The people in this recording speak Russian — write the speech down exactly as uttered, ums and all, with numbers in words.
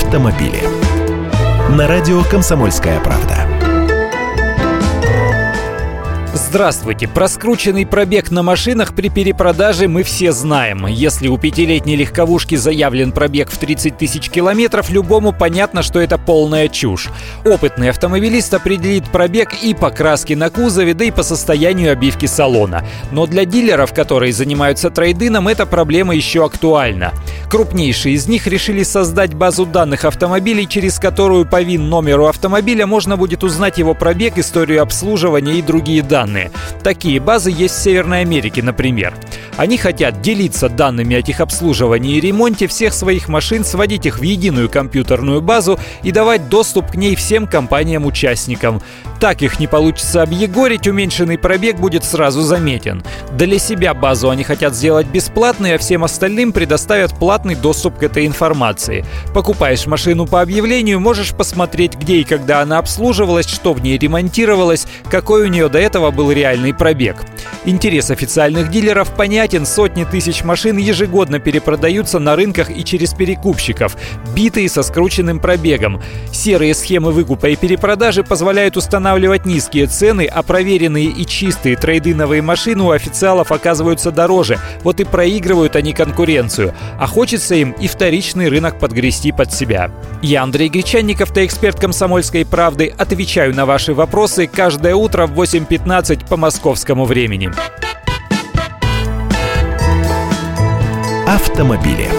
автомобили. На радио «Комсомольская правда». Здравствуйте! Про скрученный пробег на машинах при перепродаже мы все знаем. Если у пятилетней легковушки заявлен пробег в тридцать тысяч километров, любому понятно, что это полная чушь. Опытный автомобилист определит пробег и по краске на кузове, да и по состоянию обивки салона. Но для дилеров, которые занимаются трейд-ином, эта проблема еще актуальна. Крупнейшие из них решили создать базу данных автомобилей, через которую по ВИН-номеру автомобиля можно будет узнать его пробег, историю обслуживания и другие данные. Такие базы есть в Северной Америке, например. Они хотят делиться данными о техобслуживании и ремонте всех своих машин, сводить их в единую компьютерную базу и давать доступ к ней всем компаниям-участникам. Так их не получится объегорить, уменьшенный пробег будет сразу заметен. Для себя базу они хотят сделать бесплатной, а всем остальным предоставят платный доступ к этой информации. Покупаешь машину по объявлению, можешь посмотреть, где и когда она обслуживалась, что в ней ремонтировалось, какой у нее до этого был реальный пробег. Интерес официальных дилеров понятен, сотни тысяч машин ежегодно перепродаются на рынках и через перекупщиков, битые со скрученным пробегом. Серые схемы выкупа и перепродажи позволяют устанавливать низкие цены, а проверенные и чистые трейд-иновые машины у официалов оказываются дороже, вот и проигрывают они конкуренцию, а хочется им и вторичный рынок подгрести под себя. Я, Андрей Гречанников, эксперт «Комсомольской правды», отвечаю на ваши вопросы каждое утро в восемь пятнадцать по московскому времени. Автомобили.